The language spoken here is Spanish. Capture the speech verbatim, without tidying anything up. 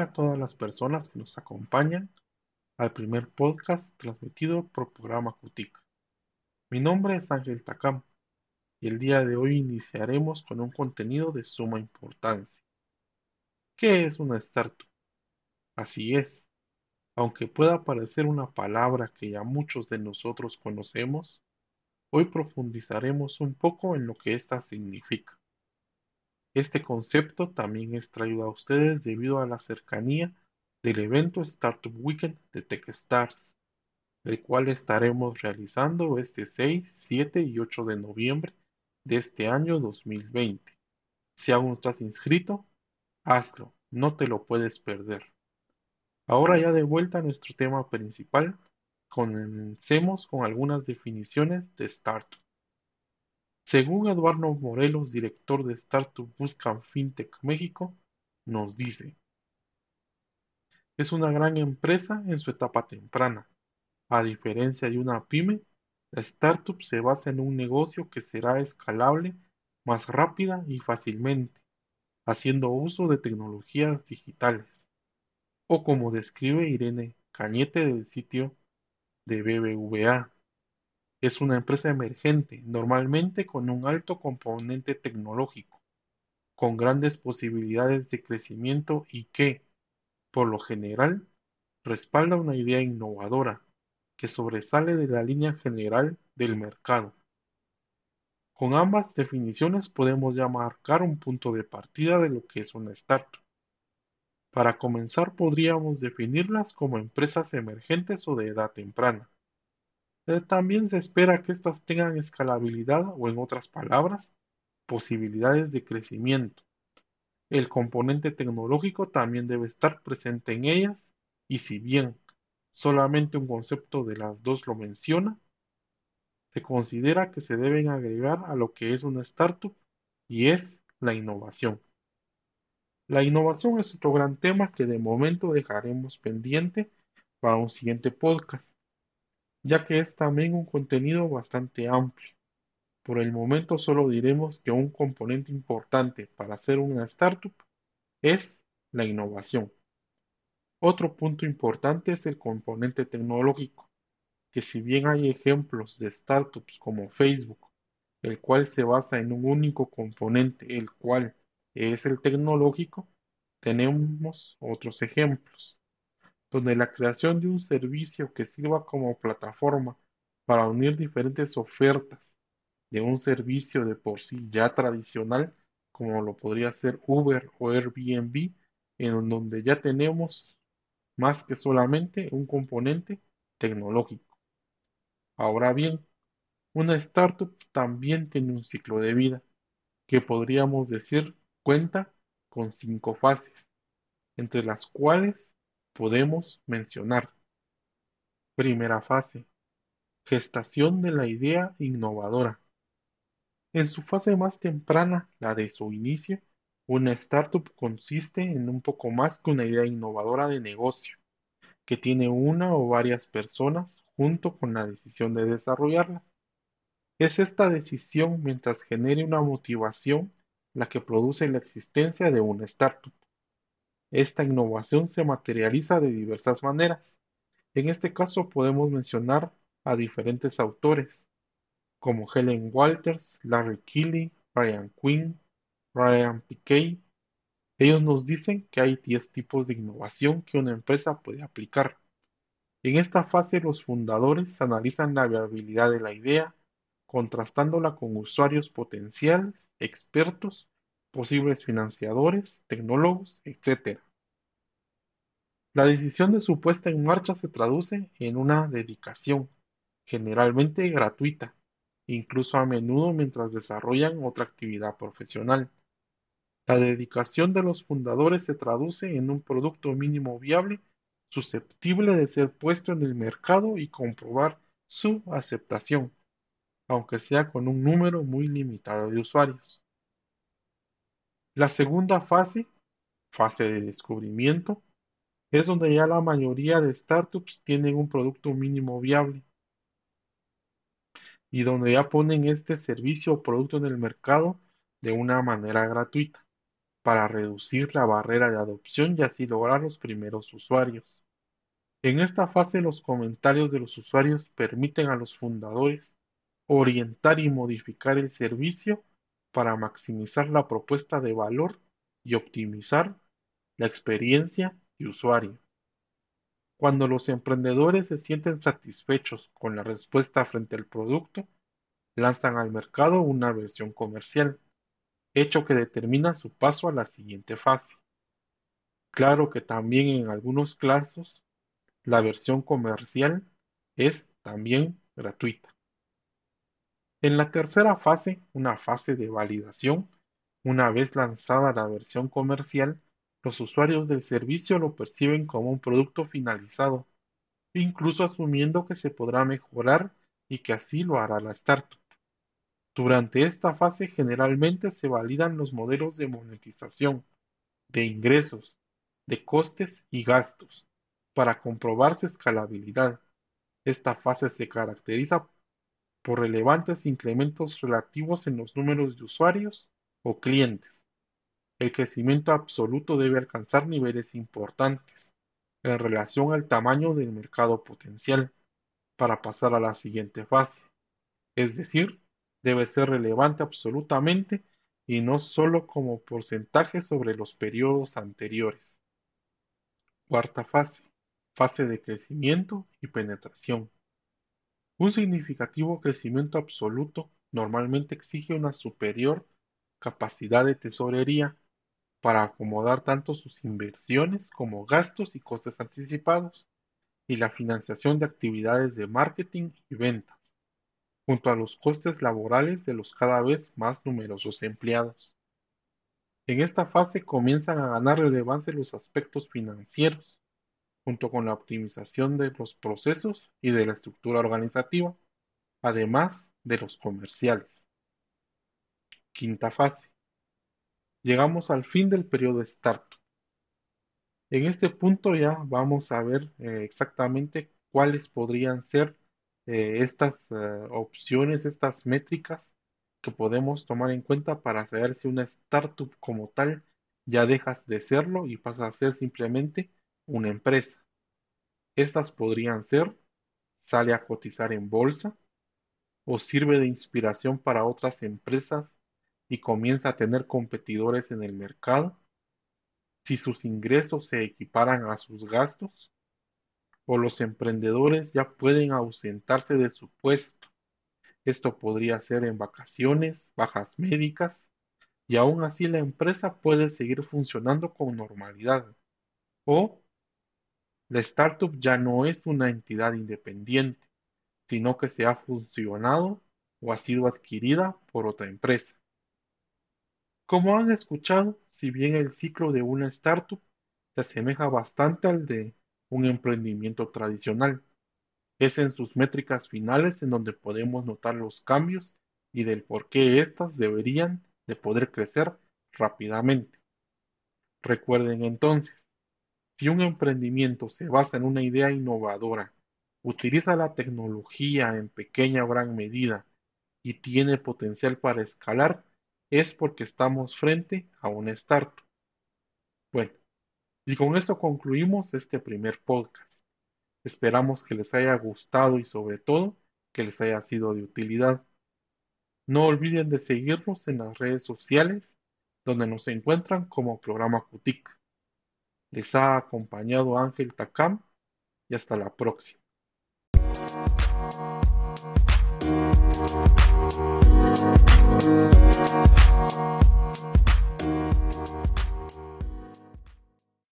a todas las personas que nos acompañan al primer podcast transmitido por Programa Cutica. Mi nombre es Ángel Takam y el día de hoy iniciaremos con un contenido de suma importancia. ¿Qué es una startup? Así es, aunque pueda parecer una palabra que ya muchos de nosotros conocemos, hoy profundizaremos un poco en lo que ésta significa. Este concepto también es traído a ustedes debido a la cercanía del evento Startup Weekend de Techstars, el cual estaremos realizando este seis, siete y ocho de noviembre de este año dos mil veinte. Si aún no estás inscrito, hazlo, no te lo puedes perder. Ahora ya de vuelta a nuestro tema principal, comencemos con algunas definiciones de Startup. Según Eduardo Morelos, director de Startup Buscan Fintech México, nos dice: es una gran empresa en su etapa temprana. A diferencia de una pyme, la startup se basa en un negocio que será escalable más rápida y fácilmente, haciendo uso de tecnologías digitales. O como describe Irene Cañete del sitio de B B V A, es una empresa emergente, normalmente con un alto componente tecnológico, con grandes posibilidades de crecimiento y que, por lo general, respalda una idea innovadora que sobresale de la línea general del mercado. Con ambas definiciones podemos ya marcar un punto de partida de lo que es una startup. Para comenzar podríamos definirlas como empresas emergentes o de edad temprana. Eh, También se espera que éstas tengan escalabilidad o, en otras palabras, posibilidades de crecimiento. El componente tecnológico también debe estar presente en ellas, y si bien solamente un concepto de las dos lo menciona, se considera que se deben agregar a lo que es una startup, y es la innovación. La innovación es otro gran tema que de momento dejaremos pendiente para un siguiente podcast, ya que es también un contenido bastante amplio. Por el momento solo diremos que un componente importante para hacer una startup es la innovación. Otro punto importante es el componente tecnológico, que si bien hay ejemplos de startups como Facebook, el cual se basa en un único componente, el cual es el tecnológico, tenemos otros ejemplos, donde la creación de un servicio que sirva como plataforma para unir diferentes ofertas de un servicio de por sí ya tradicional, como lo podría ser Uber o Airbnb, en donde ya tenemos más que solamente un componente tecnológico. Ahora bien, una startup también tiene un ciclo de vida, que podríamos decir cuenta con cinco fases, entre las cuales podemos mencionar: primera fase, gestación de la idea innovadora. En su fase más temprana, la de su inicio, una startup consiste en un poco más que una idea innovadora de negocio, que tiene una o varias personas junto con la decisión de desarrollarla. Es esta decisión, mientras genere una motivación, la que produce la existencia de una startup. Esta innovación se materializa de diversas maneras. En este caso podemos mencionar a diferentes autores, como Helen Walters, Larry Keeley, Brian Quinn, Ryan Piquet. Ellos nos dicen que hay diez tipos de innovación que una empresa puede aplicar. En esta fase los fundadores analizan la viabilidad de la idea, contrastándola con usuarios potenciales, expertos, posibles financiadores, tecnólogos, etcétera. La decisión de su puesta en marcha se traduce en una dedicación, generalmente gratuita, incluso a menudo mientras desarrollan otra actividad profesional. La dedicación de los fundadores se traduce en un producto mínimo viable susceptible de ser puesto en el mercado y comprobar su aceptación, aunque sea con un número muy limitado de usuarios. La segunda fase, fase de descubrimiento, es donde ya la mayoría de startups tienen un producto mínimo viable y donde ya ponen este servicio o producto en el mercado de una manera gratuita. para reducir la barrera de adopción y así lograr los primeros usuarios. En esta fase, los comentarios de los usuarios permiten a los fundadores orientar y modificar el servicio para maximizar la propuesta de valor y optimizar la experiencia de usuario. Cuando los emprendedores se sienten satisfechos con la respuesta frente al producto, lanzan al mercado una versión comercial, hecho que determina su paso a la siguiente fase. Claro que también en algunos casos la versión comercial es también gratuita. En la tercera fase, una fase de validación, una vez lanzada la versión comercial, los usuarios del servicio lo perciben como un producto finalizado, incluso asumiendo que se podrá mejorar y que así lo hará la startup. Durante esta fase generalmente se validan los modelos de monetización, de ingresos, de costes y gastos, para comprobar su escalabilidad. Esta fase se caracteriza por relevantes incrementos relativos en los números de usuarios o clientes. El crecimiento absoluto debe alcanzar niveles importantes en relación al tamaño del mercado potencial para pasar a la siguiente fase, es decir, debe ser relevante absolutamente y no solo como porcentaje sobre los periodos anteriores. Cuarta fase, fase de crecimiento y penetración. Un significativo crecimiento absoluto normalmente exige una superior capacidad de tesorería para acomodar tanto sus inversiones como gastos y costes anticipados, y la financiación de actividades de marketing y ventas, junto a los costes laborales de los cada vez más numerosos empleados. En esta fase comienzan a ganar relevancia los aspectos financieros, junto con la optimización de los procesos y de la estructura organizativa, además de los comerciales. Quinta fase. Llegamos al fin del periodo startup. En este punto ya vamos a ver eh, exactamente cuáles podrían ser eh, estas eh, opciones, estas métricas que podemos tomar en cuenta para saber si una startup como tal ya dejas de serlo y pasa a ser simplemente una empresa. Estas podrían ser: sale a cotizar en bolsa, o sirve de inspiración para otras empresas y comienza a tener competidores en el mercado, si sus ingresos se equiparan a sus gastos, o los emprendedores ya pueden ausentarse de su puesto. Esto podría ser en vacaciones, bajas médicas, y aún así la empresa puede seguir funcionando con normalidad. O la startup ya no es una entidad independiente, sino que se ha fusionado o ha sido adquirida por otra empresa. Como han escuchado, si bien el ciclo de una startup se asemeja bastante al de un emprendimiento tradicional, es en sus métricas finales en donde podemos notar los cambios y del por qué éstas deberían de poder crecer rápidamente. Recuerden entonces, si un emprendimiento se basa en una idea innovadora, utiliza la tecnología en pequeña o gran medida y tiene potencial para escalar, es porque estamos frente a una startup. Bueno, y con eso concluimos este primer podcast. Esperamos que les haya gustado y sobre todo que les haya sido de utilidad. No olviden de seguirnos en las redes sociales donde nos encuentran como Programa Cutic. Les ha acompañado Ángel Takam y hasta la próxima.